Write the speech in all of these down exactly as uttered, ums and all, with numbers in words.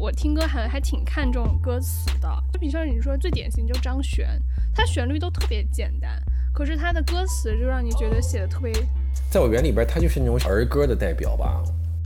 我听歌还还挺看重歌词的，就比如说你说最典型就张悬，他旋律都特别简单，可是他的歌词就让你觉得写的特别， 在我眼里边他就是那种儿歌的代表吧。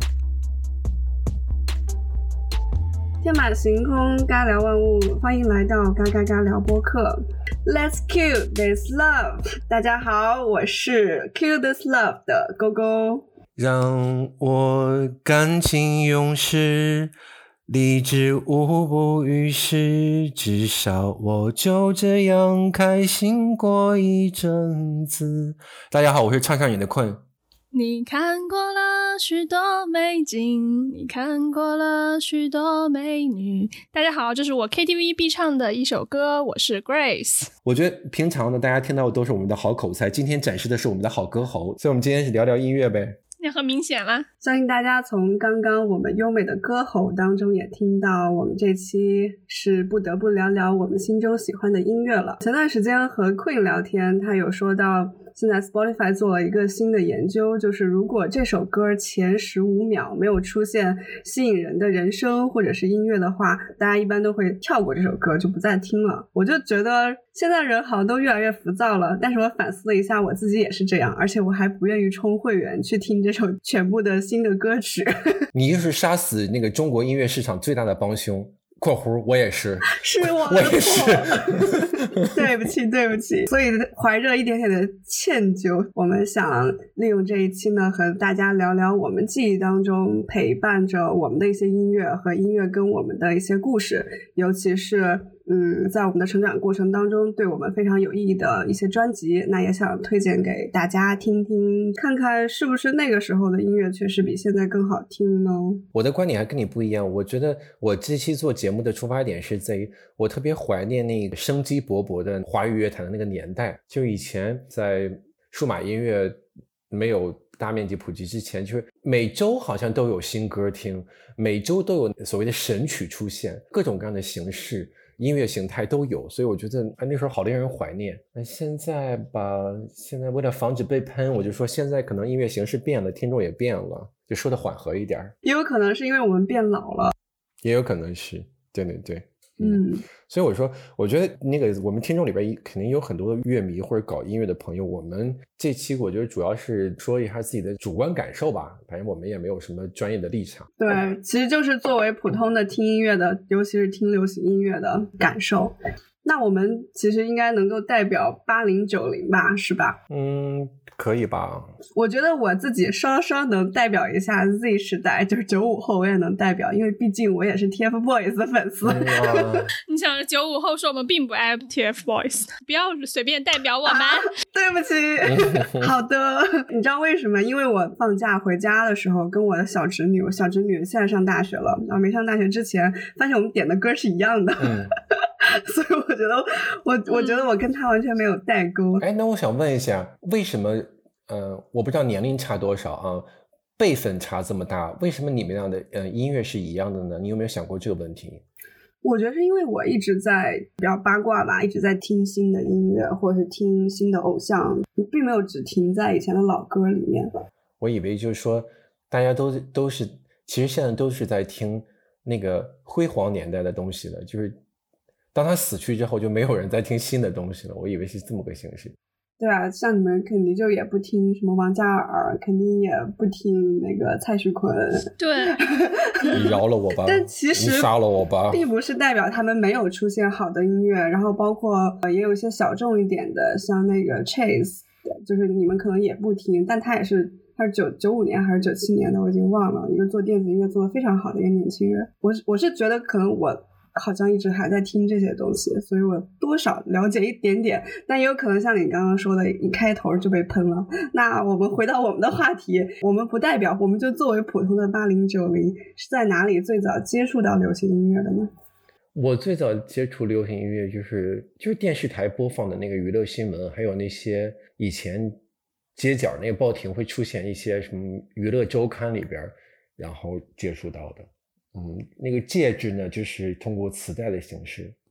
天马行空，尬聊万物，欢迎来到嘎嘎嘎聊播客。Let's kill this love。大家好，我是 Kill this love 的勾勾。 让我感情永逝，理智无补于事，至少我就这样开心过一阵子。大家好，我是唱上瘾的困。 你看过了许多美景，你看过了许多美女。大家好，这是我 K T V 必唱的一首歌，我是 Grace。 我觉得平常呢大家听到的都是我们的好口才，今天展示的是我们的好歌喉，所以我们今天是聊聊音乐呗。 那很明显啦， 相信大家从刚刚我们优美的歌喉当中也听到，我们这期是不得不聊聊我们心中喜欢的音乐了。前段时间和 Queen 聊天，他有说到现在 Spotify 做了一个新的研究，就是如果这首歌前十五秒没有出现吸引人的人声或者是音乐的话，大家一般都会跳过这首歌，就不再听了。我就觉得现在人好像都越来越浮躁了，但是我反思了一下，我自己也是这样，而且我还不愿意充会员去听这首全部的新的歌曲。 你就是杀死那个中国音乐市场最大的帮凶。括弧我也是， 是我我也是。 对不起对不起。所以怀着一点点的歉疚，我们想利用这一期呢，和大家聊聊我们记忆当中陪伴着我们的一些音乐和音乐跟我们的一些故事，尤其是嗯，在我们的成长过程当中对我们非常有意义的一些专辑，那也想推荐给大家听听，看看是不是那个时候的音乐确实比现在更好听呢？ 我的观点还跟你不一样，我觉得我这期做节目的出发点是在于我特别怀念那个生机勃勃的华语乐坛的那个年代，就以前在数码音乐没有大面积普及之前，就是每周好像都有新歌听，每周都有所谓的神曲出现，各种各样的形式音乐形态都有，所以我觉得那时候好令人怀念。那现在吧，现在为了防止被喷，我就说现在可能音乐形式变了，听众也变了，就说的缓和一点。 也有可能是因为我们变老了， 也有可能是，对对对。 嗯， 所以我说我觉得那个我们听众里边肯定有很多乐迷或者搞音乐的朋友，我们这期我觉得主要是说一下自己的主观感受吧，反正我们也没有什么专业的立场。 对，其实就是作为普通的听音乐的，尤其是听流行音乐的感受。那我们其实应该能够代表八零九零吧，是吧？ 嗯，可以吧。 我觉得我自己稍稍能代表一下 Z 时代，就是九五后我也能代表，因为毕竟我也是 TFBOYS 的粉丝。 嗯啊、 你想九五后说我们并不爱 TFBOYS， 不要随便代表我们、啊、 对不起。好的，你知道为什么？因为我放假回家的时候跟我的小侄女，我小侄女现在上大学了，然后没上大学之前发现我们点的歌是一样的。 嗯所以我觉得我我觉得我跟他完全没有代沟。 哎，那我想问一下，为什么呃我不知道年龄差多少啊，辈分差这么大，为什么你们俩的呃音乐是一样的呢？你有没有想过这个问题？ 我觉得是因为我一直在比较八卦吧，一直在听新的音乐或者是听新的偶像，并没有只停在以前的老歌里面。 我以为就是说大家都都是其实现在都是在听那个辉煌年代的东西了，就是当他死去之后就没有人在听新的东西了，我以为是这么个形式。 对啊，像你们肯定就也不听什么王嘉尔，肯定也不听那个蔡徐坤。 对。 你饶了我吧。 但其实你杀了我吧， 并不是代表他们没有出现好的音乐，然后包括也有一些小众一点的，像那个 Chase， 就是你们可能也不听，但他也是他是九九五年还是九七年的，我已经忘了，一个做电子音乐做得非常好的一个年轻人。我是我是觉得可能我好像一直还在听这些东西，所以我多少了解一点点，但也有可能像你刚刚说的一开头就被喷了。那我们回到我们的话题，我们不代表，我们就作为普通的八零九零，是在哪里最早接触到流行音乐的呢？ 我最早接触流行音乐就是就是电视台播放的那个娱乐新闻，还有那些以前街角那个报亭会出现一些什么娱乐周刊里边，然后接触到的。嗯，那个介质呢，就是通过磁带的形式。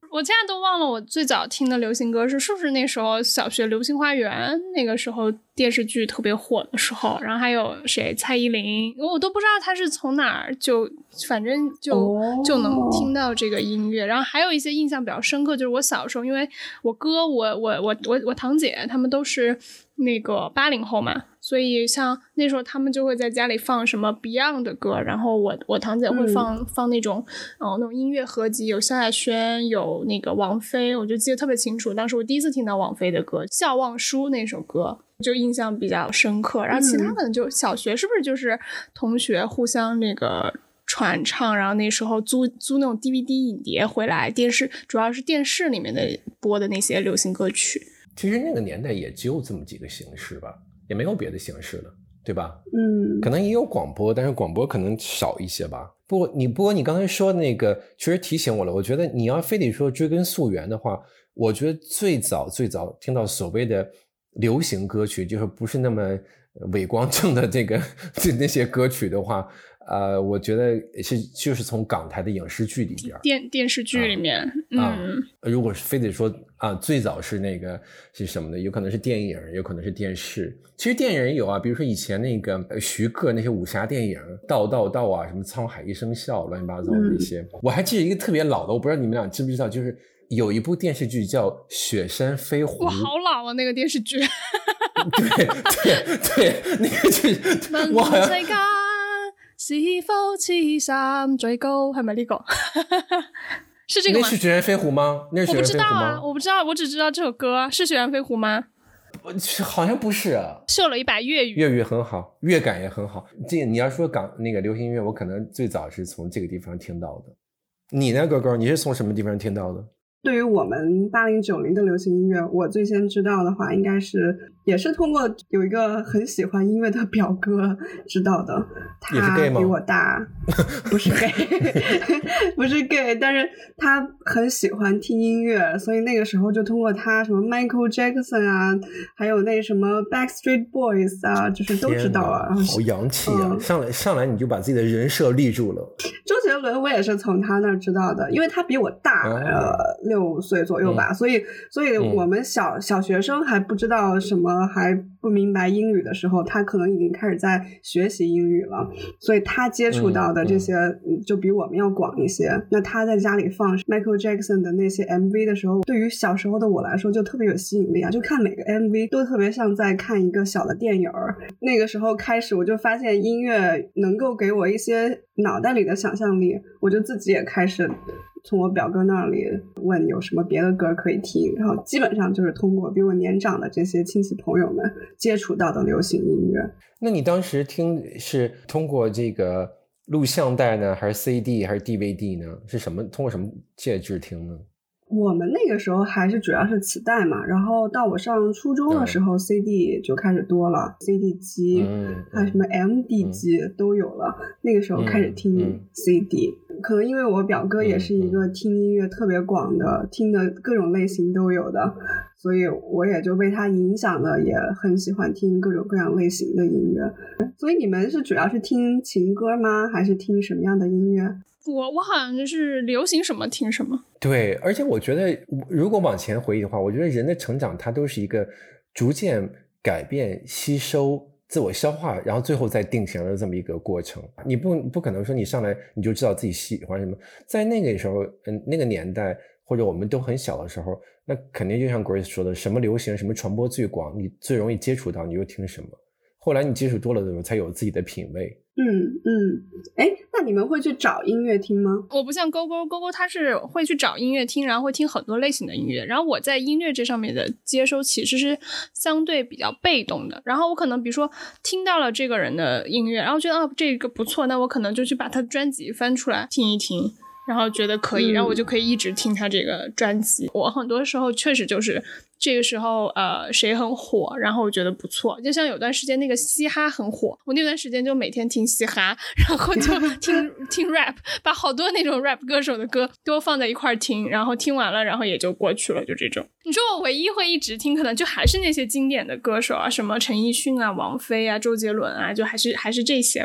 我现在都忘了我最早听的流行歌是是不是那时候小学流星花园那个时候电视剧特别火的时候，然后还有谁蔡依林，我都不知道他是从哪儿就反正就、oh. 就能听到这个音乐。然后还有一些印象比较深刻，就是我小时候因为我哥我我我我我堂姐他们都是那个八零后嘛，所以像那时候他们就会在家里放什么 Beyond 的歌，然后我我堂姐会放、嗯、放那种哦、呃、那种音乐合集，有萧亚轩有那个王菲，我就记得特别清楚，当时我第一次听到王菲的歌《笑忘书》那首歌就印象比较深刻。然后其他可能就小学是不是就是同学互相那个传唱，然后那时候租租那种 D V D 影碟回来，电视主要是电视里面的播的那些流行歌曲。 其实那个年代也只有这么几个形式吧，也没有别的形式了，对吧？ 嗯， 可能也有广播，但是广播可能少一些吧。不过你不过你刚才说的那个确实提醒我了，我觉得你要非得说追根溯源的话，我觉得最早最早听到所谓的流行歌曲，就是不是那么伪光正的这个那些歌曲的话，呃，我觉得是就是从港台的影视剧里边， 电电视剧里面， 啊、 嗯、 啊，如果非得说啊，最早是那个是什么呢？有可能是电影，有可能是电视。其实电影也有啊，比如说以前那个徐克那些武侠电影，道道道啊，什么沧海一声笑，乱七八糟的那些。嗯、我还记得一个特别老的，我不知道你们俩知不知道，就是有一部电视剧叫《雪山飞狐》。 哇，好老啊，那个电视剧。 对对对，那个剧，我好像。 是否此山最高，係咪呢個？是這個嗎？ 那是雪山飛狐嗎？那是雪山飛狐嗎？ 我不知道啊，我不知道，我只知道這首歌是雪山飛狐嗎？ 好像不是啊。 秀了一把粵語， 粵語很好，樂感也很好。這你要說港那個流行音樂，我可能最早是從這個地方聽到的。你呢，哥哥？你是從什麼地方聽到的？ 对于我们八零九零的流行音乐，我最先知道的话，应该是也是通过有一个很喜欢音乐的表哥知道的。他比我大，不是 gay， 不是 gay， 但是他很喜欢听音乐，所以那个时候就通过他什么 Michael Jackson 啊，还有那什么 Backstreet Boys 啊，就是都知道了。 好洋气啊！嗯、上来上来你就把自己的人设立住了。 周杰伦我也是从他那儿知道的，因为他比我大。嗯呃六岁左右吧、嗯、所以所以我们小、嗯、小学生还不知道什么，还不明白英语的时候，他可能已经开始在学习英语了，所以他接触到的这些、嗯、就比我们要广一些、嗯、那他在家里放 Michael Jackson 的那些 M V 的时候，对于小时候的我来说就特别有吸引力啊，就看每个 M V 都特别像在看一个小的电影。那个时候开始我就发现音乐能够给我一些脑袋里的想象力，我就自己也开始从我表哥那里问有什么别的歌可以听，然后基本上就是通过比我年长的这些亲戚朋友们接触到的流行音乐。 那你当时听是通过这个录像带呢，还是 C D 还是 D V D 呢？是什么通过什么介质听呢？ 我们那个时候还是主要是磁带嘛，然后到我上初中的时候、嗯、C D 就开始多了， C D 机、嗯、还有什么 M D 机都有了、嗯、那个时候开始听 C D、嗯、可能因为我表哥也是一个听音乐特别广的、嗯、听的各种类型都有的，所以我也就被他影响了，也很喜欢听各种各样类型的音乐。所以你们是主要是听情歌吗？还是听什么样的音乐？ 我我好像就是流行什么听什么。 对，而且我觉得如果往前回忆的话，我觉得人的成长它都是一个逐渐改变、吸收、自我消化，然后最后再定型的这么一个过程。你不不可能说你上来你就知道自己喜欢什么。在那个时候，嗯，那个年代或者我们都很小的时候，那肯定就像 Grace 说的，什么流行、什么传播最广，你最容易接触到，你就听什么。后来你接触多了的时候，才有自己的品味。 嗯嗯，哎，那你们会去找音乐听吗？ 我不像勾勾，勾勾他是会去找音乐听，然后会听很多类型的音乐。然后我在音乐这上面的接收其实是相对比较被动的。然后我可能比如说听到了这个人的音乐，然后觉得啊这个不错，那我可能就去把他专辑翻出来听一听。然后觉得可以、嗯、然后我就可以一直听他这个专辑。我很多时候确实就是这个时候呃谁很火，然后我觉得不错，就像有段时间那个嘻哈很火，我那段时间就每天听嘻哈，然后就听听 rap， 把好多那种 rap 歌手的歌都放在一块听，然后听完了然后也就过去了，就这种。你说我唯一会一直听可能就还是那些经典的歌手啊，什么陈奕迅啊、王菲啊、周杰伦啊，就还是还是这些嘛。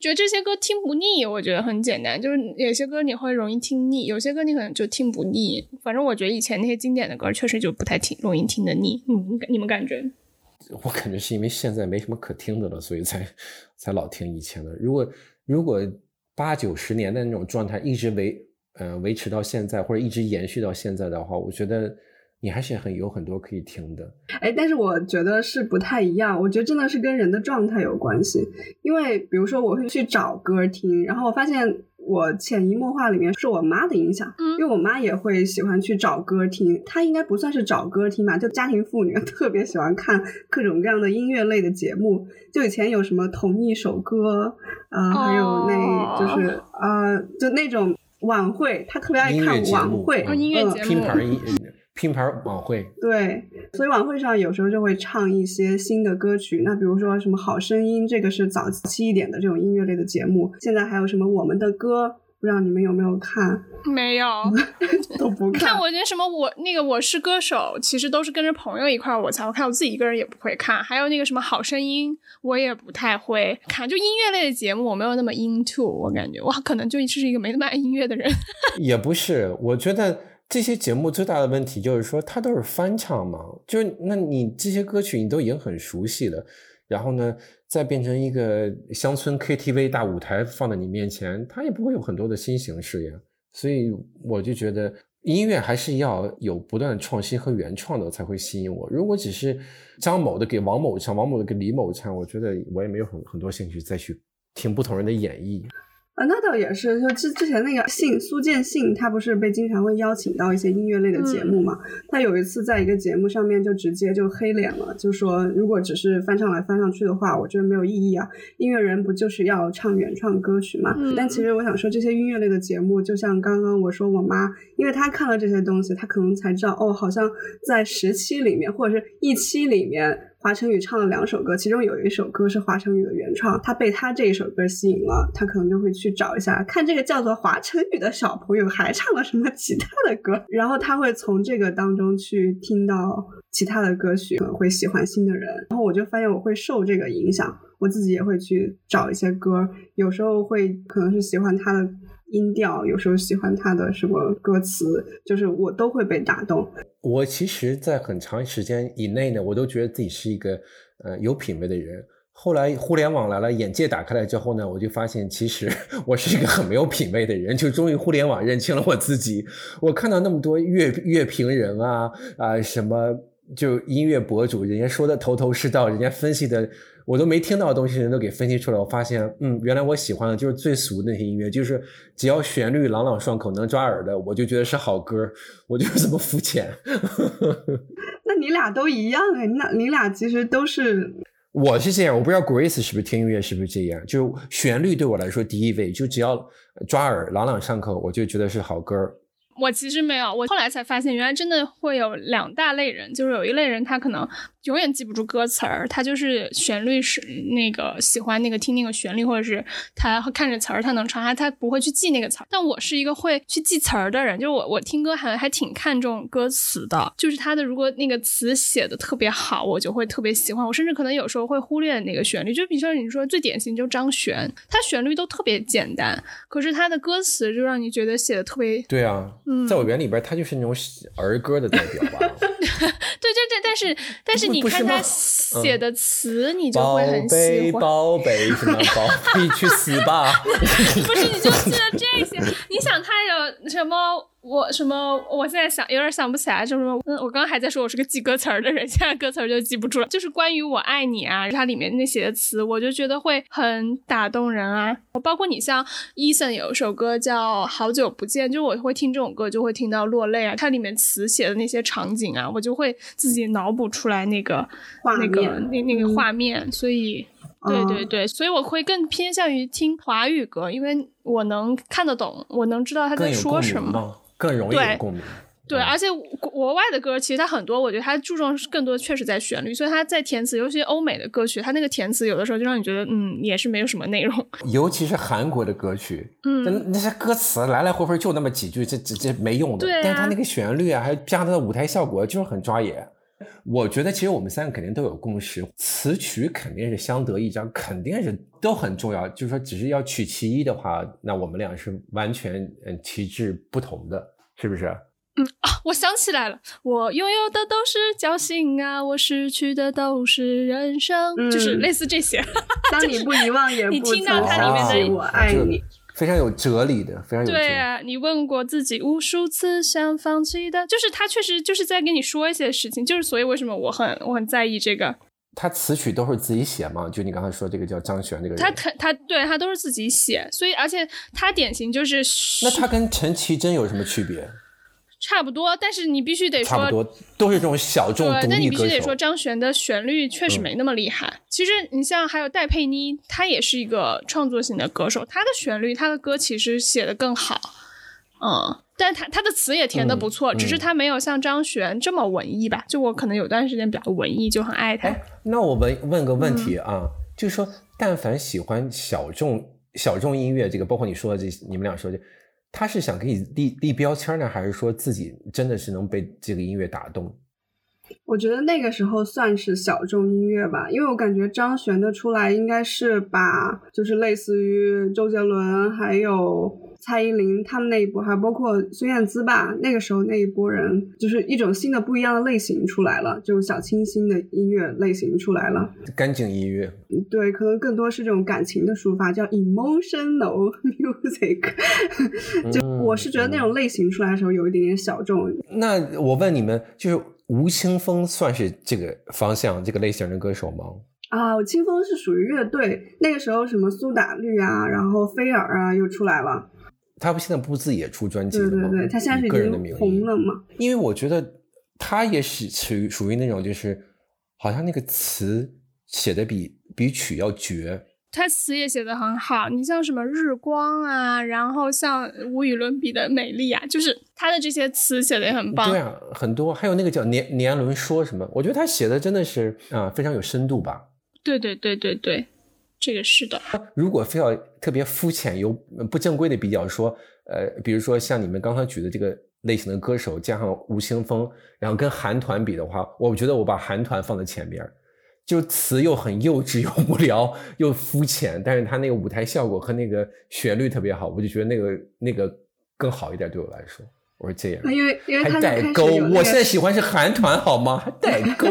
觉得这些歌听不腻，我觉得很简单，就是有些歌你会容易听腻，有些歌你可能就听不腻。反正我觉得以前那些经典的歌确实就不太听容易听得腻。嗯，你们感觉？ 我感觉是因为现在没什么可听的了，所以才才老听以前的。如果如果八九十年的那种状态一直维呃维持到现在，或者一直延续到现在的话，我觉得你还是很有很多可以听的。 哎，但是我觉得是不太一样，我觉得真的是跟人的状态有关系。因为比如说我会去找歌听，然后我发现我潜移默化里面是我妈的影响， 嗯， 因为我妈也会喜欢去找歌听，她应该不算是找歌听吧，就家庭妇女特别喜欢看各种各样的音乐类的节目，就以前有什么同一首歌，呃， 哦、 还有那就是呃，就那种晚会，她特别爱看晚会， 哦，音乐节目， 拼盘音。拼盘晚会， 对，所以晚会上有时候就会唱一些新的歌曲。那比如说什么好声音，这个是早期一点的这种音乐类的节目。现在还有什么我们的歌，不知道你们有没有看？ 没有， 都不看。 看我那什么我那个我是歌手，其实都是跟着朋友一块我才会看，我自己一个人也不会看。还有那个什么好声音，我也不太会看。就音乐类的节目，我没有那么 into， 我感觉我可能就是一个没那么爱音乐的人。 也不是，我觉得。这些节目最大的问题就是说它都是翻唱嘛，就是那你这些歌曲你都已经很熟悉了，然后呢再变成一个乡村 K T V 大舞台放在你面前，它也不会有很多的新形式呀。所以我就觉得音乐还是要有不断的创新和原创的才会吸引我。如果只是张某的给王某唱，王某的给李某唱，我觉得我也没有很很多兴趣再去听不同人的演绎。 啊，那倒也是，就之之前那个信苏建信，他不是被经常会邀请到一些音乐类的节目嘛？嗯、他有一次在一个节目上面就直接就黑脸了，就说如果只是翻唱来翻上去的话，我觉得没有意义啊。音乐人不就是要唱原创歌曲嘛？嗯、但其实我想说，这些音乐类的节目，就像刚刚我说我妈，因为她看了这些东西，她可能才知道哦，好像在十期里面或者是一期里面。华晨宇唱了两首歌，其中有一首歌是华晨宇的原创，他被他这一首歌吸引了，他可能就会去找一下，看这个叫做华晨宇的小朋友还唱了什么其他的歌，然后他会从这个当中去听到其他的歌曲，可能会喜欢新的人，然后我就发现我会受这个影响，我自己也会去找一些歌，有时候会可能是喜欢他的音调，有时候喜欢他的什么歌词，就是我都会被打动。 我其实在很长时间以内呢，我都觉得自己是一个呃有品味的人，后来互联网来了，眼界打开了之后呢，我就发现其实我是一个很没有品味的人，就终于互联网认清了我自己。我看到那么多乐乐评人啊啊、呃、什么就音乐博主，人家说的头头是道，人家分析的我都没听到的东西人都给分析出来，我发现嗯，原来我喜欢的就是最俗的那些音乐，就是只要旋律朗朗上口能抓耳的，我就觉得是好歌，我就是这么肤浅。 那你俩都一样哎，你俩你俩其实都是。 我是这样，我不知道 Grace 是不是听音乐是不是这样，就旋律对我来说第一位，就只要抓耳朗朗上口我就觉得是好歌。 我其实没有，我后来才发现原来真的会有两大类人，就是有一类人他可能永远记不住歌词儿，他就是旋律是那个喜欢那个听那个旋律，或者是他看着词儿他能唱，他他不会去记那个词儿。但我是一个会去记词儿的人，就是我我听歌还还挺看重歌词的，就是他的如果那个词写的特别好，我就会特别喜欢，我甚至可能有时候会忽略那个旋律。就比如说你说最典型就张悬，他旋律都特别简单，可是他的歌词就让你觉得写的特别对啊。嗯，在我眼里边他就是那种儿歌的代表吧。 对对对，但是但是你看他写的词、嗯、你就会很喜欢。 宝贝宝贝什么宝贝去死吧。 不是，你就记得这些。你想他有什么我什么我现在想有点想不起来什么。嗯，我刚刚还在说我是个记歌词儿的人，现在歌词儿就记不住了。就是关于我爱你啊，它里面那些词我就觉得会很打动人啊。包括你像 Eason 有一首歌叫好久不见，就我会听这种歌就会听到落泪啊，它里面词写的那些场景啊，我就会自己脑补出来那个那个那那个画面、嗯、所以对对对、哦、所以我会更偏向于听华语歌，因为我能看得懂，我能知道他在说什么， 更容易有共鸣。 对，而且国外的歌其实它很多我觉得它注重更多确实在旋律，所以它在填词，尤其欧美的歌曲它那个填词有的时候就让你觉得嗯也是没有什么内容， 尤其是韩国的歌曲，嗯，那些歌词来来回回就那么几句，这这这没用的， 对、啊、 但是它那个旋律啊还加上它的舞台效果就是很抓眼。 我觉得其实我们三个肯定都有共识，词曲肯定是相得益彰，肯定是都很重要。就是说，只是要取其一的话，那我们俩是完全嗯旗帜不同的，是不是？ 嗯啊，我想起来了，我拥有的都是侥幸啊，我失去的都是人生，嗯、就是类似这些。 当你不遗忘，也不曾忘记我爱你。 非常有哲理的，非常有哲理。 对啊，你问过自己无数次想放弃的，就是他确实就是在跟你说一些事情，就是所以为什么我很我很在意这个。 他词曲都是自己写嘛？就你刚才说这个叫张悬这个人， 他他对他都是自己写，所以而且他典型就是。 那他跟陈绮贞有什么区别？ 差不多，但是你必须得说， 差不多都是这种小众独立歌手。 但你必须得说，张悬的旋律确实没那么厉害。嗯、其实你像还有戴佩妮，她也是一个创作型的歌手，她的旋律、她的歌其实写得更好，嗯，但她她的词也填得不错，嗯、只是她没有像张悬这么文艺吧。就我可能有段时间比较文艺，就很爱她。 那我问问个问题啊，嗯、就是说，但凡喜欢小众小众音乐，这个包括你说的这，你们俩说的。他是想给你立立标签呢，还是说自己真的是能被这个音乐打动？ 我觉得那个时候算是小众音乐吧，因为我感觉张悬的出来应该是把就是类似于周杰伦还有蔡依林他们那一波，还包括孙燕姿吧，那个时候那一波人就是一种新的不一样的类型出来了，这种小清新的音乐类型出来了， 干净音乐。 对，可能更多是这种感情的抒发，叫 emotional music 就我是觉得那种类型出来的时候有一点点小众。 那我问你们，就是吴青峰算是这个方向这个类型的歌手吗？ 啊，我清风是属于乐队，那个时候什么苏打绿啊，然后菲尔啊又出来了。 他不现在不自己也出专辑了吗？ 对对对，他现在是已经红了嘛。 因为我觉得他也是属于属于那种就是好像那个词写的比比曲要绝。 他词也写得很好，你像什么日光啊，然后像无与伦比的美丽啊，就是他的这些词写得也很棒。 对啊，很多，还有那个叫年年轮说什么，我觉得他写的真的是啊、呃、非常有深度吧。 对对对对对，这个是的。 如果非要特别肤浅有不正规的比较说，呃，比如说像你们刚才举的这个类型的歌手加上吴青峰，然后跟韩团比的话，我觉得我把韩团放在前边。就词又很幼稚又无聊又肤浅，但是他那个舞台效果和那个旋律特别好，我就觉得那个那个更好一点对我来说。我是这样， 因为因为他还代沟，我现在喜欢是韩团好吗？还代沟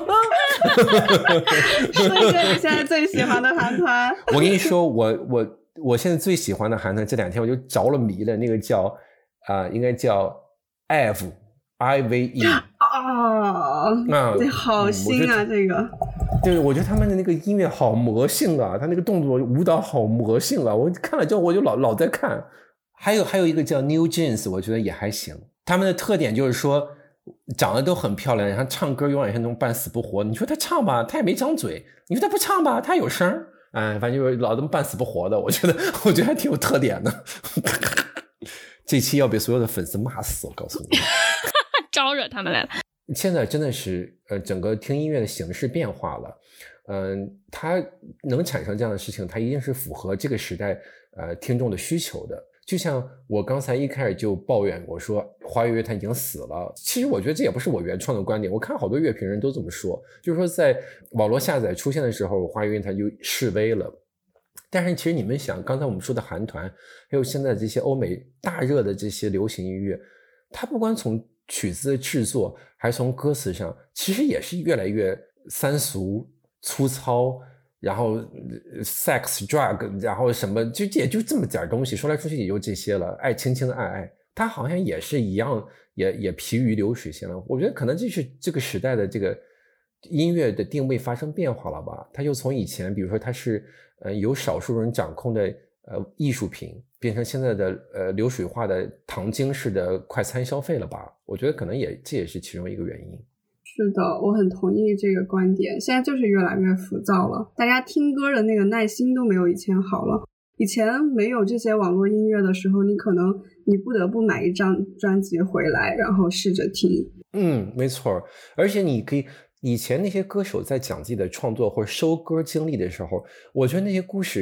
说一个你现在最喜欢的韩团。 我跟你说，我我我现在最喜欢的韩团，这两天我就着了迷了，那个叫啊、呃，应该叫 F I V E 哦，啊，这好新啊、嗯、这个。 对，我觉得他们的那个音乐好魔性啊，他那个动作舞蹈好魔性啊，我看了之后我就老老在看。还有还有一个叫 New Jeans， 我觉得也还行。他们的特点就是说长得都很漂亮，然后唱歌永远是那种半死不活。你说他唱吧，他也没张嘴；你说他不唱吧，他有声。哎，反正就是老这么半死不活的，我觉得我觉得还挺有特点的。这期要被所有的粉丝骂死，我告诉你。 招惹他们来了。 现在真的是呃，整个听音乐的形式变化了，嗯、呃，它能产生这样的事情，它一定是符合这个时代呃听众的需求的。就像我刚才一开始就抱怨我说华语乐坛已经死了，其实我觉得这也不是我原创的观点，我看好多乐评人都这么说，就是说在网络下载出现的时候，华语乐坛就式微了。但是其实你们想，刚才我们说的韩团，还有现在这些欧美大热的这些流行音乐，它不管从曲子的制作还是从歌词上，其实也是越来越三俗粗糙，然后 sex drug 然后什么就也就这么点东西，说来说去也就这些了，爱轻轻的爱爱，它好像也是一样，也也疲于流水线了。我觉得可能这是这个时代的这个音乐的定位发生变化了吧，它就从以前比如说它是呃由少数人掌控的呃艺术品，变成现在的呃流水化的糖精式的快餐消费了吧，我觉得可能也这也是其中一个原因。 是的，我很同意这个观点，现在就是越来越浮躁了，大家听歌的那个耐心都没有以前好了。以前没有这些网络音乐的时候，你可能你不得不买一张专辑回来然后试着听。 嗯，没错，而且你可以以前那些歌手在讲自己的创作或者收歌经历的时候，我觉得那些故事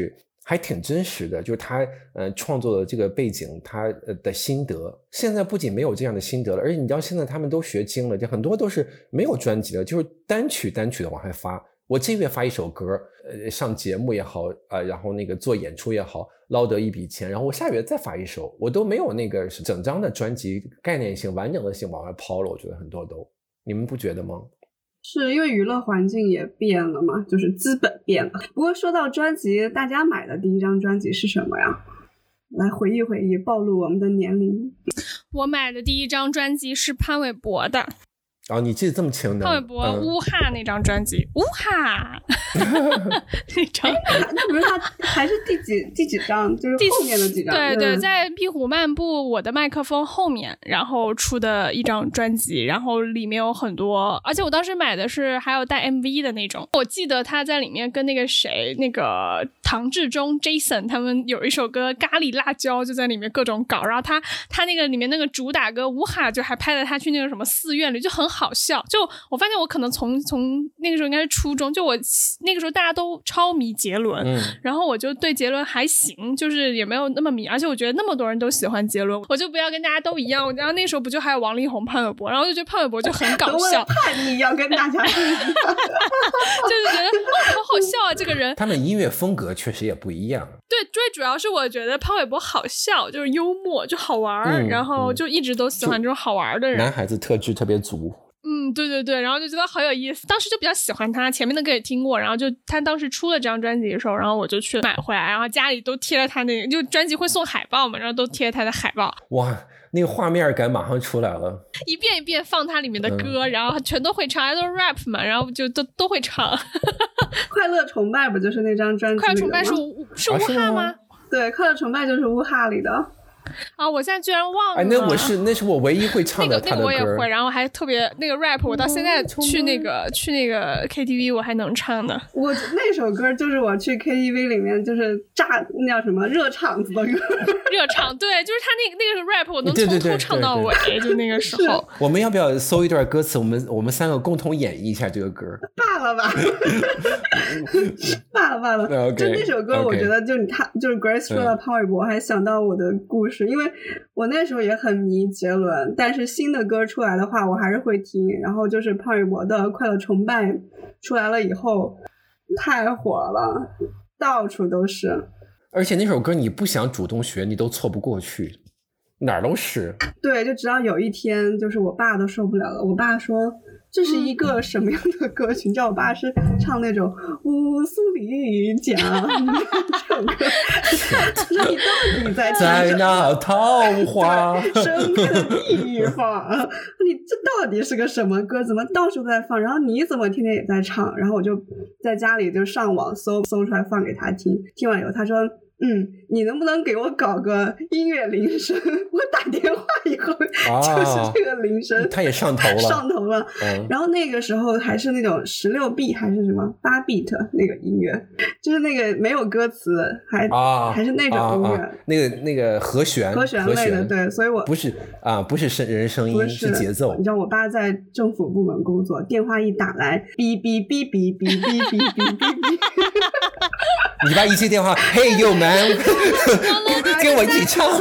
还挺真实的，就是他呃创作的这个背景，他呃的心得。现在不仅没有这样的心得了，而且你知道现在他们都学精了，就很多都是没有专辑的，就是单曲单曲的往外发。我这月发一首歌，呃，上节目也好，呃，然后那个做演出也好，捞得一笔钱，然后我下月再发一首，我都没有那个整张的专辑概念性、完整的性往外抛了。我觉得很多都，你们不觉得吗？ 是因为娱乐环境也变了嘛，就是资本变了。不过说到专辑，大家买的第一张专辑是什么呀？来回忆回忆，暴露我们的年龄。 我买的第一张专辑是潘玮柏的。 哦，你记得这么清的？ 潘玮柏《乌哈》那张专辑，乌哈那张， 那不是他还是第几第几张？就是后面的几张？ 对对，在《壁虎漫步》我的麦克风后面，然后出的一张专辑，然后里面有很多，而且我当时买的是还有带 M V 的那种。我记得他在里面跟那个谁，那个唐志忠 Jason 他们有一首歌《咖喱辣椒》，就在里面各种搞。然后他他那个里面那个主打歌《乌哈》就还拍了他去那个什么寺院里，就很好笑。就我发现我可能从从那个时候应该是初中，就我那个时候大家都超迷杰伦、嗯、然后我就对杰伦还行，就是也没有那么迷，而且我觉得那么多人都喜欢杰伦，我就不要跟大家都一样。然后那时候不就还有王力宏、潘玮柏，然后就觉得潘玮柏就很搞笑， 叛逆要跟大家不一样就是觉得哦好好笑啊这个人。 他们音乐风格确实也不一样。 对，最主要是我觉得潘玮柏好笑，就是幽默，就好玩、嗯、然后就一直都喜欢这种好玩的人， 男孩子特质特别足。 嗯，对对对，然后就觉得好有意思，当时就比较喜欢他，前面的歌也听过，然后就他当时出了这张专辑的时候，然后我就去买回来，然后家里都贴了他那个，就专辑会送海报嘛，然后都贴了他的海报。 哇，那个画面感马上出来了， 一遍一遍放他里面的歌、嗯、然后全都会唱，还都是 rap 嘛，然后就都都会唱。 快乐崇拜不就是那张专辑？ 快乐崇拜是是乌哈吗？ 对，快乐崇拜就是乌哈里的。 啊！我现在居然忘了。 哎，那我是那是我唯一会唱的他的歌。 那个那个我也会，然后还特别那个 rap， 我到现在去那个、嗯、去那个 K T V 我还能唱呢。 我那首歌就是我去 K T V 里面就是炸那叫什么热场子的歌。 热场，对，就是他那个那个 rap 我能从头唱到尾，对对对对对就那个时候。 我们要不要搜一段歌词？我们我们三个共同演绎一下这个歌。 罢了吧，罢了罢了。 Okay, 就那首歌，我觉得就他、okay. 就是 Grace 说到潘玮柏，还想到我的故事，因为我那时候也很迷杰伦，但是新的歌出来的话我还是会听。然后就是潘玮柏的《快乐崇拜》出来了以后太火了，到处都是， 而且那首歌你不想主动学你都错不过去，哪儿都是。对， 就直到有一天就是我爸都受不了了，我爸说这是一个什么样的歌曲、嗯、你知道我爸是唱那种乌苏里讲这种歌他说你到底在在那桃花生的地方你这到底是个什么歌，怎么到处在放，然后你怎么天天也在唱，然后我就在家里就上网搜搜出来放给他听，听完以后他说嗯，你能不能给我搞个音乐铃声？我打电话以后、啊、就是这个铃声， 他也上头了， 上头了、嗯。然后那个时候还是那种十六 B 还是什么八 beat 那个音乐，就是那个没有歌词，还、啊、还是那种音乐，啊啊、 那个那个和弦和弦类的，对，所以我不是啊，不是声人声音，是节奏。 你知道我爸在政府部门工作，电话一打来，哔哔哔哔哔哔哔哔哔。 你爸一接电话，嘿 yo man， 跟我一起唱。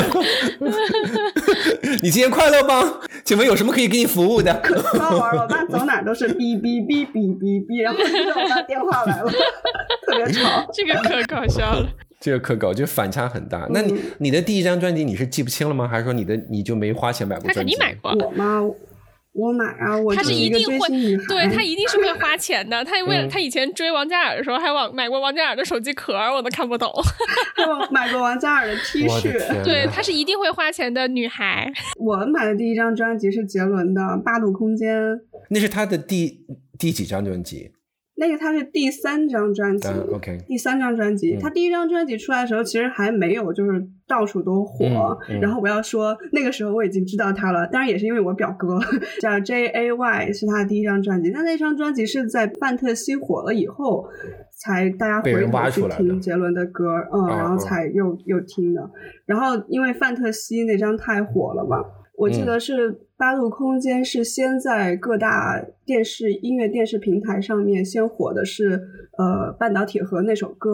你今天快乐吗？请问有什么可以给你服务的？ 可好玩了，我爸走哪都是哔哔哔哔哔哔，然后就我爸电话来了，特别吵。 这个可搞笑了。 这个可搞，就反差很大。嗯、那你你的第一张专辑你是记不清了吗？还是说你的你就没花钱买过专辑？ 他肯定买过。 我吗？我买啊，我他是一定会，对他一定是会花钱的。他为了、嗯、他以前追王嘉尔的时候，还往买过王嘉尔的手机壳，我都看不懂。 还有买过王嘉尔的 T 恤， 对，他是一定会花钱的女孩。 我买的第一张专辑是杰伦的《八度空间》， 那是他的第第几张专辑？ 那个他是第三张专辑、 uh, okay. 第三张专辑、嗯、他第一张专辑出来的时候其实还没有就是到处都火、嗯嗯、然后我要说那个时候我已经知道他了，当然也是因为我表哥叫 J A Y 是他的第一张专辑，但那张专辑是在范特西火了以后才大家回头去听杰伦的歌，嗯，然后才又、哦、又听的。然后因为范特西那张太火了嘛，我记得是八度空间是先在各大电视音乐电视平台上面先火的是呃半岛铁盒那首歌，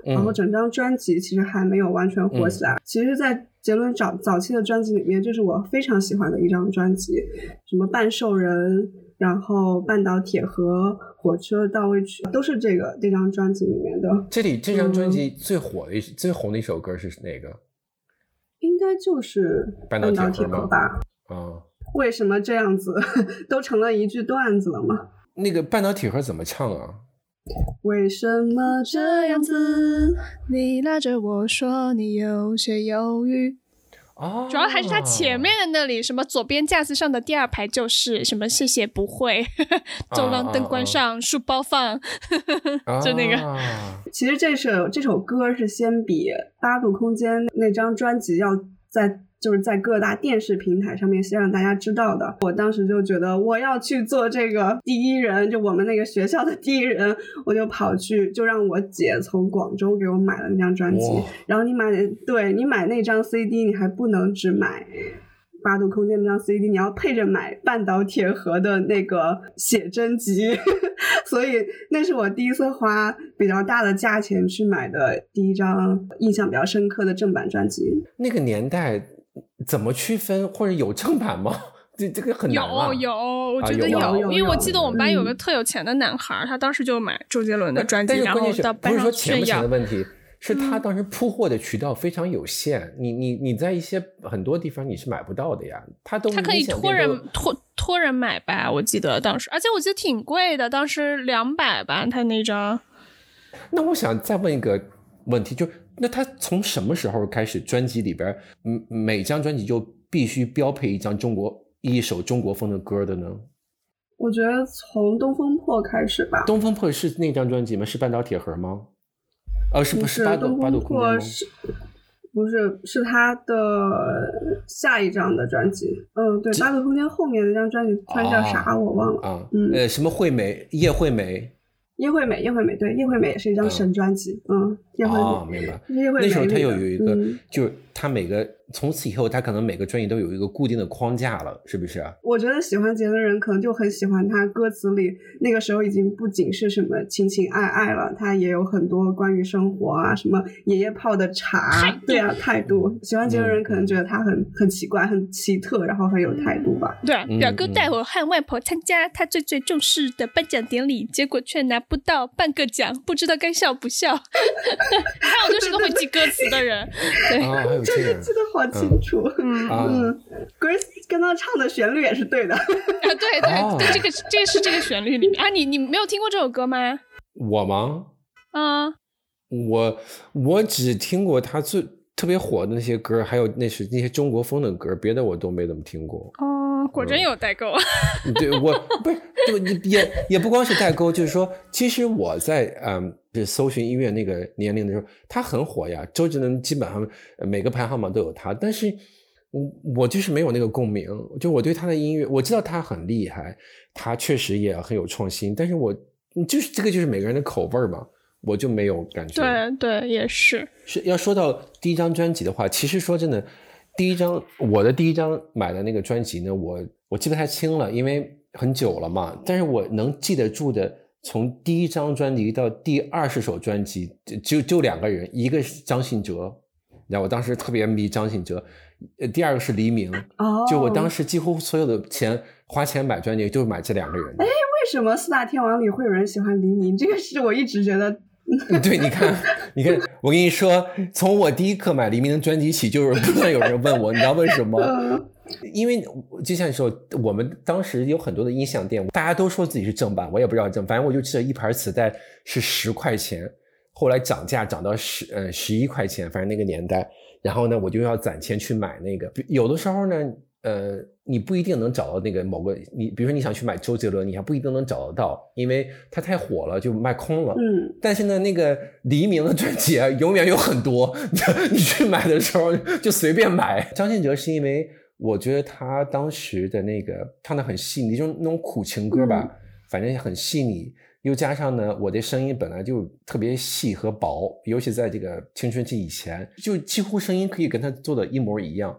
嗯、然后整张专辑其实还没有完全火起来。嗯、其实在杰伦早早期的专辑里面，这是我非常喜欢的一张专辑，什么半兽人，然后半岛铁盒，火车到位曲，都是这个这张专辑里面的。 这里这张专辑最火的、嗯、最红的一首歌是哪个？ 应该就是半岛铁盒吧。 啊， 为什么这样子都成了一句段子了吗？ 那个半岛铁盒怎么唱啊？ 为什么这样子？ 你拉着我说你有些犹豫。 哦， 主要还是他前面的那里，什么左边架子上的第二排就是什么谢谢不会，走廊灯关上，啊、书包放，就那个。 啊、 其实这首这首歌是先比八度空间那张专辑要在。就是在各大电视平台上面先让大家知道的。我当时就觉得我要去做这个第一人，就我们那个学校的第一人，我就跑去就让我姐从广州给我买了那张专辑。然后你买对你买那张 C D 你还不能只买八度空间那张 C D， 你要配着买半岛铁盒的那个写真集所以那是我第一次花比较大的价钱去买的第一张印象比较深刻的正版专辑。 那个年代怎么区分，或者有正版吗？这这个很难啊。 有有，我觉得有， 啊、有, 有因为我记得我们班有个特有钱的男孩，嗯、他当时就买周杰伦的专辑，然后到班上炫耀。 不是说钱不钱的问题，是他当时铺货的渠道非常有限，嗯、你你你在一些很多地方你是买不到的呀。他都他可以托人托托人买吧，我记得当时，而且我记得挺贵的，当时两百吧，他那张。 那我想再问一个问题，就那他从什么时候开始专辑里边，嗯，每张专辑就必须标配一张中国一首中国风的歌的呢？ 我觉得从东风破开始吧。 东风破是那张专辑吗？是半岛铁盒吗？呃，是不是八度八度空间吗？ 是不是是他的下一张的专辑？嗯，对，八度空间后面那张专辑突然叫啥、啊、我忘了啊。嗯，呃，什么惠美叶惠美。 叶惠美，叶惠美，对，叶惠美也是一张神专辑，嗯，叶惠美， 哦，明白。 叶惠美那时候他有有一个， 嗯、 就是他每个从此以后，他可能每个专辑都有一个固定的框架了，是不是啊？ 我觉得喜欢杰伦人可能就很喜欢他歌词里，那个时候已经不仅是什么情情爱爱了，他也有很多关于生活啊，什么爷爷泡的茶，对啊，态度。喜欢杰伦人可能觉得他很、嗯、很奇怪、很奇特，然后很有态度吧。 对啊，表哥带我和外婆参加他最最重视的颁奖典礼，结果却拿不到半个奖，不知道该笑不笑。你看我就是个会记歌词的人。对， 啊、还有这个记得好清楚。 嗯嗯，歌跟他唱的旋律也是对的。啊， 对对、哦、对，这个这个是这个旋律里面啊，你你没有听过这首歌吗？ 我吗？ 啊、嗯， 我我只听过他最特别火的那些歌，还有那是那些中国风的歌，别的我都没怎么听过。 哦，果真有代沟。 嗯、对，我不是也也不光是代沟，就是说，其实我在嗯。是搜寻音乐那个年龄的时候，他很火呀，周杰伦基本上每个排行榜都有他，但是我就是没有那个共鸣，就我对他的音乐，我知道他很厉害，他确实也很有创新，但是我就是这个就是每个人的口味嘛，我就没有感觉。 对对，也是。 是要说到第一张专辑的话，其实说真的，第一张我的第一张买的那个专辑呢，我我记不太清了，因为很久了嘛，但是我能记得住的。从第一张专辑到第二十首专辑就就两个人，一个是张信哲，然后我当时特别迷张信哲，第二个是黎明， 哦， 就我当时几乎所有的钱花钱买专辑就买这两个人。 哎，为什么四大天王里会有人喜欢黎明？这个是我一直觉得。 对，你看，你看，我跟你说，从我第一刻买黎明的专辑起，就是不断有人问我，你知道为什么？因为就像你说，我们当时有很多的音像店，大家都说自己是正版，我也不知道正，反正我就记得一盘磁带是十块钱，后来涨价涨到十呃十一块钱，反正那个年代，然后呢，我就要攒钱去买那个，有的时候呢。呃，你不一定能找到那个某个，你比如说你想去买周杰伦，你还不一定能找得到，因为他太火了，就卖空了。 嗯， 但是呢，那个黎明的专辑啊，永远有很多，你去买的时候就随便买。张信哲是因为我觉得他当时的那个唱得很细腻，就是那种苦情歌吧，嗯、反正很细腻，又加上呢，我的声音本来就特别细和薄，尤其在这个青春期以前，就几乎声音可以跟他做的一模一样。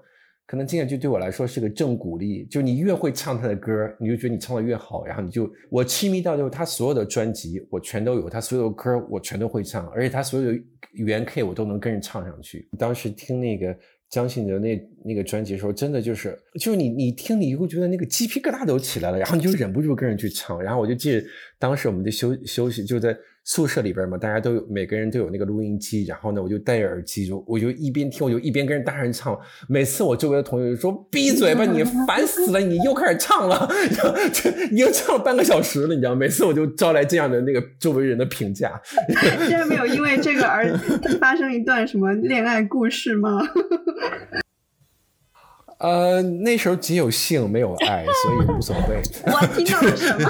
可能金贤俊对我来说是个正鼓励，就你越会唱他的歌，你就觉得你唱的越好，然后你就我痴迷到就是他所有的专辑我全都有，他所有的歌我全都会唱，而且他所有的原 K 我都能跟人唱上去。当时听那个张信哲那那个专辑的时候，真的就是就是你你听你会觉得那个鸡皮疙瘩都起来了，然后你就忍不住跟人去唱。然后我就记得当时我们就休休息就在宿舍里边嘛，大家都有每个人都有那个录音机，然后呢我就戴着耳机，就我就一边听我就一边跟人大声唱。每次我周围的同学就说闭嘴吧你烦死了，你又开始唱了你又唱了半个小时了，你知道，每次我就招来这样的那个周围人的评价。 现在没有因为这个而发生一段什么恋爱故事吗？ 呃，那时候只有性没有爱，所以无所谓。 我听到了什么？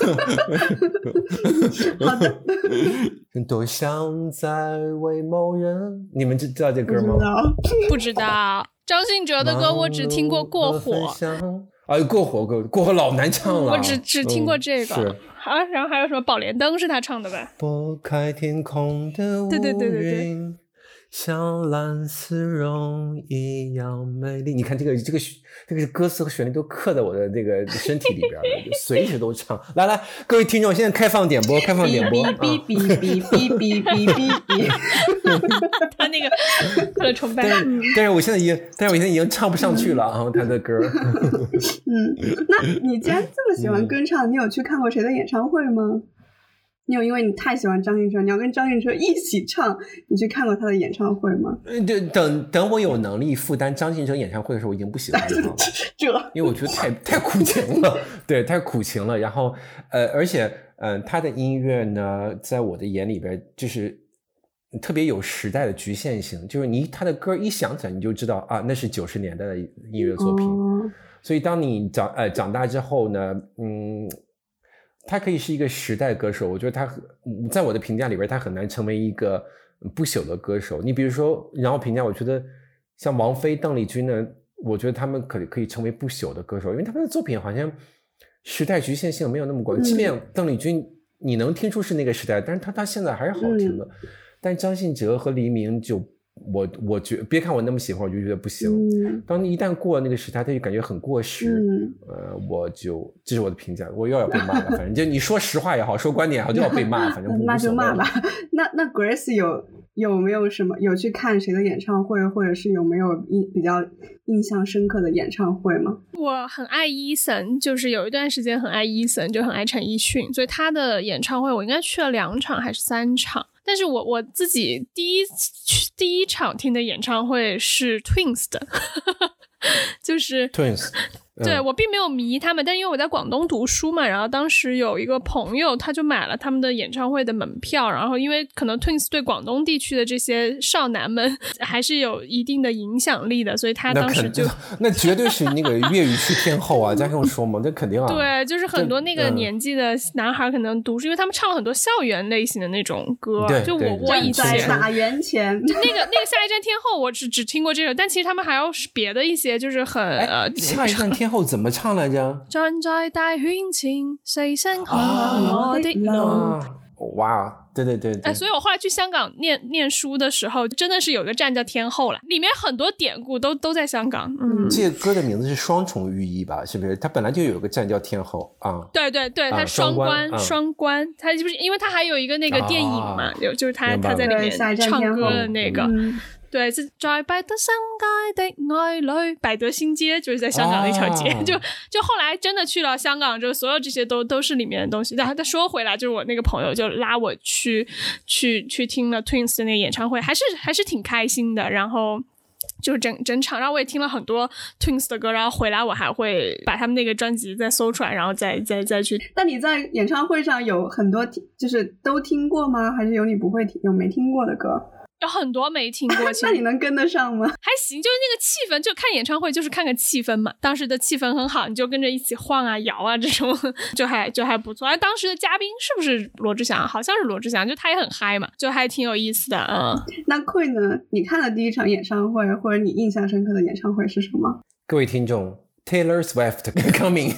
好的。 多想再为某人，你们知道这歌吗？ 不知道。张信哲的歌我只听过过火。 哎，过火过过火老难唱了。 我只只听过这个。 嗯、 啊，然后还有什么宝莲灯是他唱的吧？ 拨开天空的乌云。对对对对对。像蓝丝绒一样美丽，你看这个这个这个歌词和旋律都刻在我的这个身体里边了，随时都唱。来来，各位听众，现在开放点播，开放点播。 哔哔哔哔哔哔哔哔哔。 他那个特崇拜。 但是但是我现在已经，但是我现在已经唱不上去了啊，他的歌。 嗯，那你既然这么喜欢跟唱，你有去看过谁的演唱会吗？你有因为你太喜欢张信哲，你要跟张信哲一起唱，你去看过他的演唱会吗？ 等等我有能力负担张信哲演唱会的时候，我已经不喜欢他了。 这， 因为我觉得太太苦情了，对，太苦情了。然后呃，而且嗯、呃，他的音乐呢，在我的眼里边就是特别有时代的局限性，就是你他的歌一响起来，你就知道啊，那是九十年代的音乐作品。哦、所以当你长呃长大之后呢，嗯。他可以是一个时代歌手，我觉得他在我的评价里边他很难成为一个不朽的歌手。你比如说然后评价，我觉得像王菲邓丽君呢，我觉得他们可以可以成为不朽的歌手，因为他们的作品好像时代局限性没有那么广、嗯、即便邓丽君你能听出是那个时代，但是他到现在还是好听的、嗯、但张信哲和黎明就我我觉别看我那么喜欢，我就觉得不行。嗯、当你一旦过了那个时代，他就感觉很过时。嗯、呃，我就这是我的评价，我又要被骂了。反正就你说实话也好，说观点也好，就要被骂，反正无所谓。 那就骂吧。那那 Grace 有有没有什么有去看谁的演唱会，或者是有没有印比较印象深刻的演唱会吗？ 我很爱 Eason， 就是有一段时间很爱 Eason， 就很爱陈奕迅，所以他的演唱会我应该去了两场还是三场。但是我我自己第一第一场听的演唱会是 Twins 的，就是 Twins。 对、嗯、我并没有迷他们，但因为我在广东读书嘛，然后当时有一个朋友他就买了他们的演唱会的门票，然后因为可能 Twins 对广东地区的这些少男们还是有一定的影响力的，所以他当时就那, 那绝对是那个粤语区天后啊，这样说嘛，这肯定啊。 对，就是很多那个年纪的男孩可能读书、嗯、因为他们唱了很多校园类型的那种歌，就我我以前打圆钱那个那个下一站天后我只只听过这个，但其实他们还有别的一些就是很呃下一站天后怎么唱来着？ 站在大圈前细聲看我的路、 啊、哇，对对对对、 哎，所以我后来去香港念念書的時候真的是有個站叫天后了，里面很多典故都都在香港。嗯， 這個歌的名字是雙重寓意吧，是不是？它本來就有個站叫天后啊。 對對對，它雙關、啊、雙關，它就是因為它還有一個那個電影嘛，就、啊、就是它它在里面唱歌的那個。对，是在百德新街的愛侶，百德新街就是在香港的一条街、啊、就就後來真的去了香港，就所有這些都都是里面的東西。然後再說回來，就是我那個朋友就拉我去去去聽了 Twins 的那個演唱會，還是還是挺開心的。然後就整整場，然後我也聽了很多 Twins 的歌，然後回來我還會把他們那個專輯再搜出來，然後再再再去。 但你在演唱會上有很多就是都聽過嗎？還是有你不會聽有沒聽過的歌？ 有很多没听过那你能跟得上吗？ 还行，就是那个气氛，就看演唱会就是看个气氛嘛，当时的气氛很好，你就跟着一起晃啊摇啊这种就还就还不错。而当时的嘉宾是不是罗志祥？好像是罗志祥，就他也很嗨嘛，就还挺有意思的。嗯， 那 Queen 呢？你看的第一场演唱会或者你印象深刻的演唱会是什么？ 各位听众Taylor Swift coming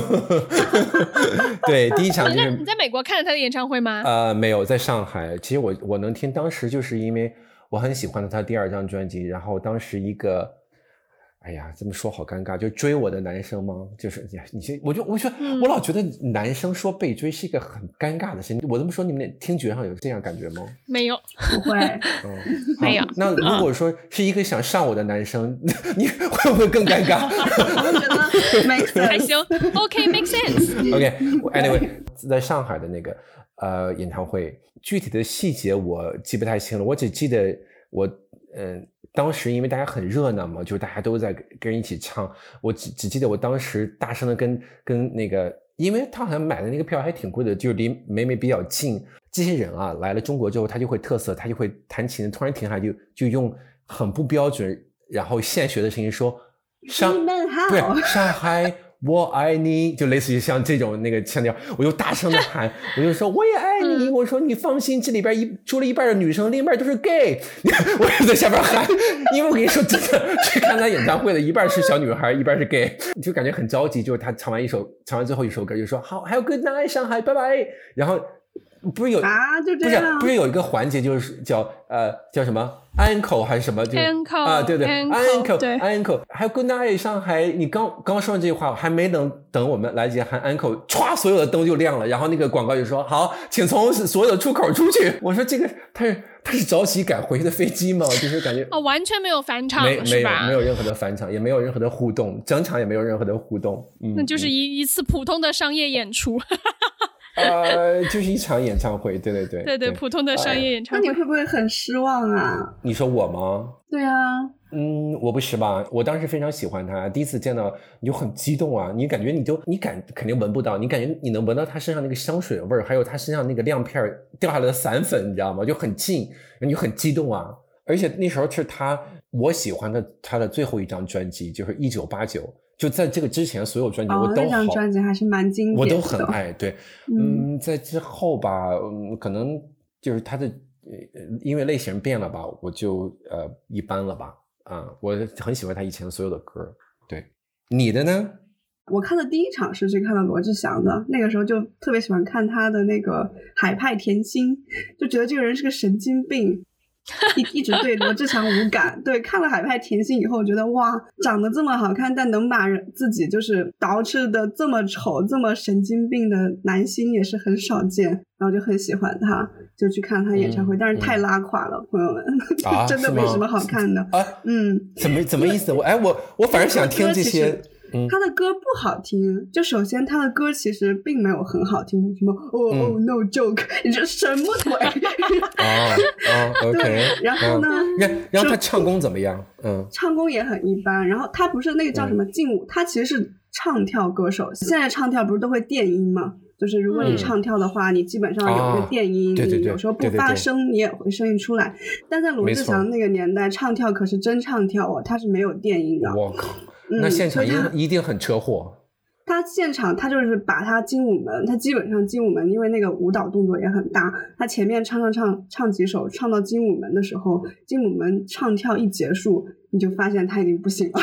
对，第一场就是、 哦、你在美国看了他的演唱会吗？ 呃，没有，在上海。其实我我能听，当时就是因为我很喜欢他第二张专辑，然后当时一个哎呀，这么说好尴尬，就追我的男生吗？就是你你我就我觉得、嗯、我老觉得男生说被追是一个很尴尬的事情。我这么说，你们听觉上有这样感觉吗？ 没有， 不会， 嗯， 没有。 那如果说是一个想上我的男生，你会不会更尴尬？ 我觉得 make sense， 还行 ，OK make sense。OK，anyway， 在上海的那个呃演唱会，具体的细节我记不太清了，我只记得我嗯。呃当时因为大家很热闹嘛，就是大家都在跟人一起唱，我只只记得我当时大声的跟跟那个，因为他好像买的那个票还挺贵的，就离梅梅比较近。这些人啊来了中国之后，他就会特色，他就会弹琴，突然停下来就就用很不标准，然后现学的声音说上，对，上海我爱你，就类似于像这种那个腔调，我就大声的喊，我就说我也爱你、嗯、我说你放心，这里边一除了一半的女生，另一半都是 gay， 我就在下边喊，因为我跟你说真的，去看他演唱会的一半是小女孩，一半是 gay， 就感觉很着急，就是他唱完一首，唱完最后一首歌就说好，还有 good night 上海，拜拜，然后不是有啊，就这样， 不是不是有一个环节就是叫呃叫什么 uncle 还是什么？就 uncle 啊，对对 uncle 对 uncle， 还有 good night 上海，你刚刚说完这句话，还没等等我们来得及喊 uncle， 歘，所有的灯就亮了，然后那个广告就说好，请从所有的出口出去。我说这个他是他是着急赶回去的飞机吗？就是感觉哦，完全没有返场， 没是吧？ 没有没有任何的返场，也没有任何的互动，整场也没有任何的互动，嗯， 那就是一、嗯、一次普通的商业演出。 呃，就是一场演唱会，对对对， 对 对, 对，普通的商业演唱会、 呃。那你会不会很失望啊？ 你说我吗？ 对啊， 嗯，我不失望，我当时非常喜欢他，第一次见到你就很激动啊，你感觉你就你感肯定闻不到，你感觉你能闻到他身上那个香水味儿，还有他身上那个亮片掉下来的散粉，你知道吗？就很近，你就很激动啊。而且那时候是他我喜欢的他的最后一张专辑，就是一九八九。就在这个之前所有专辑我都好、哦、 那张专辑还是蛮经典的， 我都很爱。对，嗯，嗯在之后吧、嗯、可能就是他的音乐类型变了吧，我就呃一般了吧。啊、嗯，我很喜欢他以前所有的歌。对，你的呢？ 我看的第一场是去看了罗志祥的，那个时候就特别喜欢看他的那个海派甜心，就觉得这个人是个神经病。一一直对罗志祥无感，对，看了海派甜心以后觉得哇，长得这么好看但能把自己就是捯饬的这么丑这么神经病的男星也是很少见，然后就很喜欢他，就去看他演唱会、嗯、但是太拉垮了、嗯、朋友们、啊、真的没什么好看的啊，嗯， 怎么怎么意思？我哎我我反而想听这些。 他的歌不好听，就首先他的歌其实并没有很好听，什么哦哦 no joke， 你这什么鬼？ 哦哦 OK， 对，然后呢？ 然然后他唱功怎么样？嗯， 唱功也很一般。然后他不是那个叫什么劲舞，他其实是唱跳歌手。现在唱跳不是都会电音吗？就是如果你唱跳的话、嗯、你基本上有一个电音、哦、对对对，你有时候不发声对对对，你也会声音出来。但在罗志祥那个年代，唱跳可是真唱跳哦，他是没有电音的。 我靠！那现场一、嗯、一定很车祸。 他现场他就是把他精武门，他基本上精武门因为那个舞蹈动作也很大，他前面唱唱唱唱几首，唱到精武门的时候，精武门唱跳一结束，你就发现他已经不行了，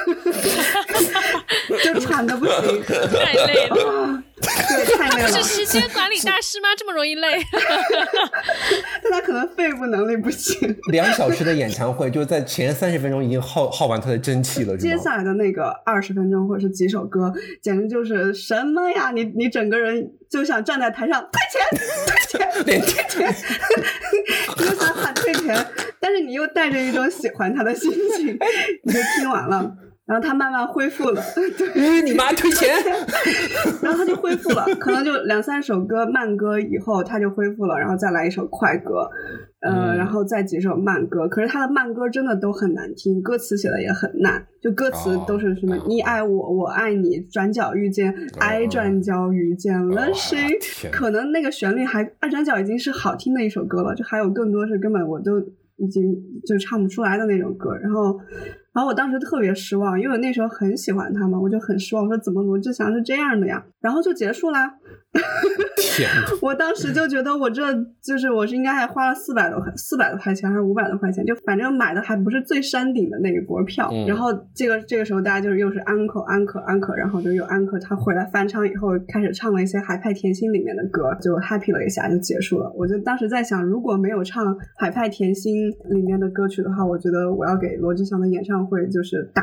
就喘得不行， 太累了。 啊对，太累了。 不是时间管理大师吗？这么容易累？ 但他可能肺部能力不行。 两小时的演唱会，就在前三十分钟已经耗耗完他的真气了，是吗？ 接下来的那个二十分钟或者是几首歌，简直就是什么呀！你你整个人就想站在台上退钱，退钱，退钱，你就想喊退钱，但是你又带着一种喜欢他的心情，你就听完了。然后他慢慢恢复了， 对，你妈退钱， 然后他就恢复了，可能就两三首歌慢歌以后他就恢复了，然后再来一首快歌，呃、嗯，然后再几首慢歌。可是他的慢歌真的都很难听，歌词写的也很烂，就歌词都是什么、哦、你爱我，我爱你，转角遇见，哦、爱转角遇见了谁、哦？可能那个旋律还爱转角已经是好听的一首歌了，就还有更多是根本我都已经就唱不出来的那种歌，然后。然后我当时特别失望，因为我那时候很喜欢他嘛，我就很失望，我说怎么罗志祥是这样的呀？然后就结束啦。 天我当时就觉得我这就是我是应该还花了四百多块四百多块钱还是五百多块钱，就反正买的还不是最山顶的那一波票、嗯、然后这个这个时候大家就是又是安可安可安可，然后就又安可他回来翻唱以后开始唱了一些海派甜心里面的歌，就 happy 了一下就结束了。我就当时在想，如果没有唱海派甜心里面的歌曲的话，我觉得我要给罗志祥的演唱会就是打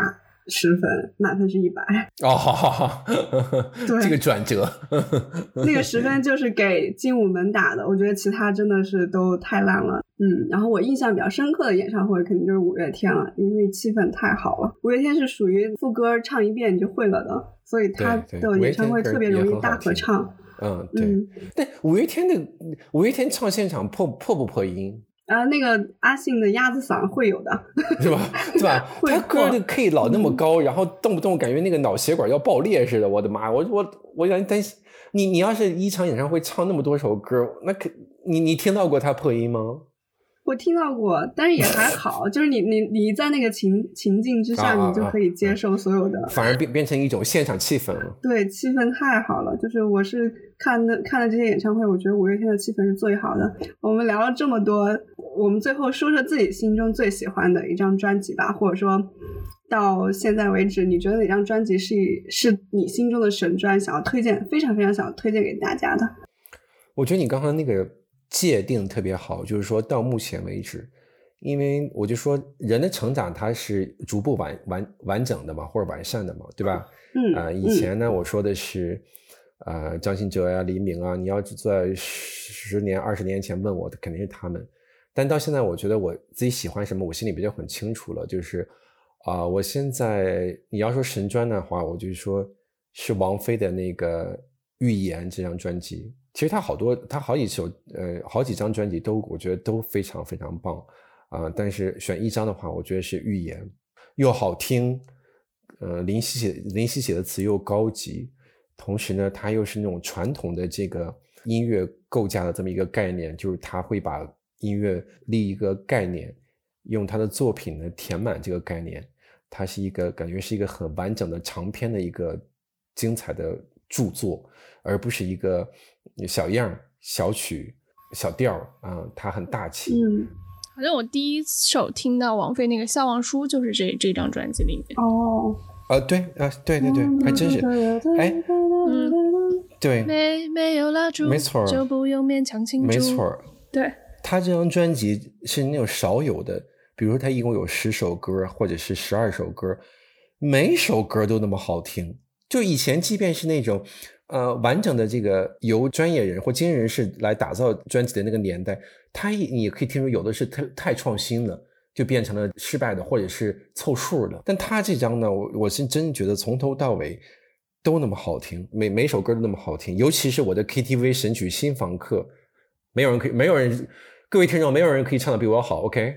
十分，满分是一百。 哦，好好好， 对， 这个转折， 那个十分就是给精武门打的，我觉得其他真的是都太烂了。嗯，然后我印象比较深刻的演唱会肯定就是五月天了，因为气氛太好了。五月天是属于副歌唱一遍你就会了的，所以他的演唱会特别容易大合唱。 嗯，对。嗯、但五月天的五月天唱现场破破不破音？ 啊，那个阿信的鸭子嗓会有的， 是吧？是吧？他歌就可以老那么高，嗯、然后动不动感觉那个脑血管要爆裂似的。我的妈！我我我有点担心，你你要是一场演唱会唱那么多首歌，那可你你听到过他破音吗？ 我听到过，但是也还好，就是你你你在那个情情境之下，你就可以接受所有的，啊啊啊、 反而变变成一种现场气氛了。 对，气氛太好了，就是我是看的看了这些演唱会，我觉得五月天的气氛是最好的。我们聊了这么多，我们最后说说自己心中最喜欢的一张专辑吧，或者说到现在为止，你觉得哪张专辑是是你心中的神专，想要推荐，非常非常想要推荐给大家的？ 我觉得你刚刚那个界定特别好，就是说到目前为止，因为我就说人的成长它是逐步完完完整的嘛，或者完善的嘛，对吧？ 嗯， 呃，以前呢，嗯、我说的是，呃，张信哲呀、黎明啊，你要在十年、二十年前问我的，肯定是他们。但到现在，我觉得我自己喜欢什么，我心里比较很清楚了。就是啊、呃，我现在你要说神专的话，我就说是王菲的那个《预言》这张专辑。其实他好多，他好几首，呃，好几张专辑都，我觉得都非常非常棒啊、呃。但是选一张的话，我觉得是《预言》，又好听，呃，林夕写林夕写的词又高级，同时呢，他又是那种传统的这个音乐构架的这么一个概念，就是他会把音乐立一个概念，用他的作品呢填满这个概念，它是一个感觉是一个很完整的长篇的一个精彩的著作，而不是一个小样小曲小调啊、呃，它很大气。 嗯， 好像我第一首听到王菲那个《笑忘书》就是这这张专辑里面。 哦， 啊、呃，对啊，对对对，还真是，哎， 嗯， 对， 没没有蜡烛， 没错， 就不用勉强庆祝， 没错， 对。 他这张专辑是那种少有的，比如说他一共有十首歌或者是十二首歌，每首歌都那么好听。就以前即便是那种呃完整的这个由专业人或经纪人士来打造专辑的那个年代，他你也可以听出有的是太太创新了，就变成了失败的或者是凑数的。但他这张呢，我我是真觉得从头到尾都那么好听，每每首歌都那么好听，尤其是我的 K T V 神曲《新房客》，没有人可以，没有人，各位听众，没有人可以唱得比我好 ，OK？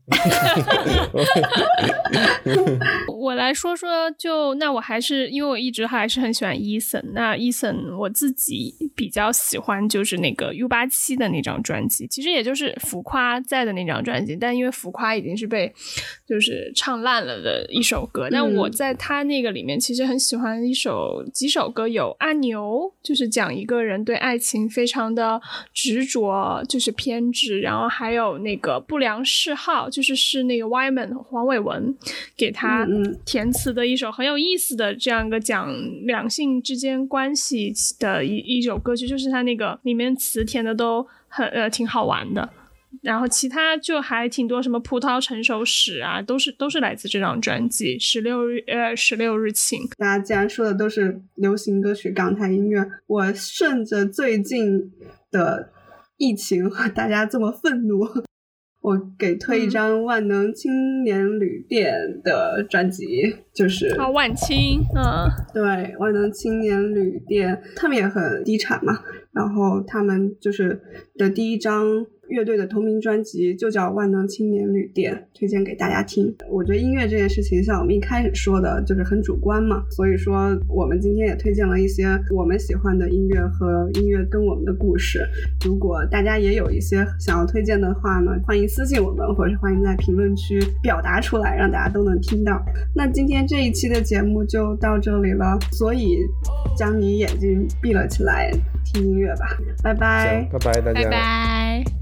我来说说，就那我还是因为我一直还是很喜欢 Eason， 那 Eason 我自己比较喜欢就是那个 U 八七 的那张专辑，其实也就是浮夸在的那张专辑，但因为浮夸已经是被就是唱烂了的一首歌，但我在他那个里面其实很喜欢一首几首歌，有阿牛，就是讲一个人对爱情非常的执着，就是偏执，然后还有那个不良嗜好，就是是那个 Wyman 黄伟文给他填词的一首很有意思的这样一个讲两性之间关系的一一首歌曲，就是他那个里面词填的都很呃挺好玩的，然后其他就还挺多，什么葡萄成熟史啊，都是都是来自这张专辑十六日呃十六日晴。 大家既然说的都是流行歌曲港台音乐，我顺着最近的疫情大家这么愤怒，我给推一张万能青年旅店的专辑，嗯、就是啊万青，嗯， 对，万能青年旅店，他们也很低产嘛，然后他们就是的第一张乐队的同名专辑就叫万能青年旅店，推荐给大家听。我觉得音乐这件事情像我们一开始说的就是很主观嘛，所以说我们今天也推荐了一些我们喜欢的音乐和音乐跟我们的故事，如果大家也有一些想要推荐的话呢，欢迎私信我们，或者是欢迎在评论区表达出来，让大家都能听到。那今天这一期的节目就到这里了，所以将你眼睛闭了起来，听音乐吧，拜拜， 拜拜大家， 拜拜。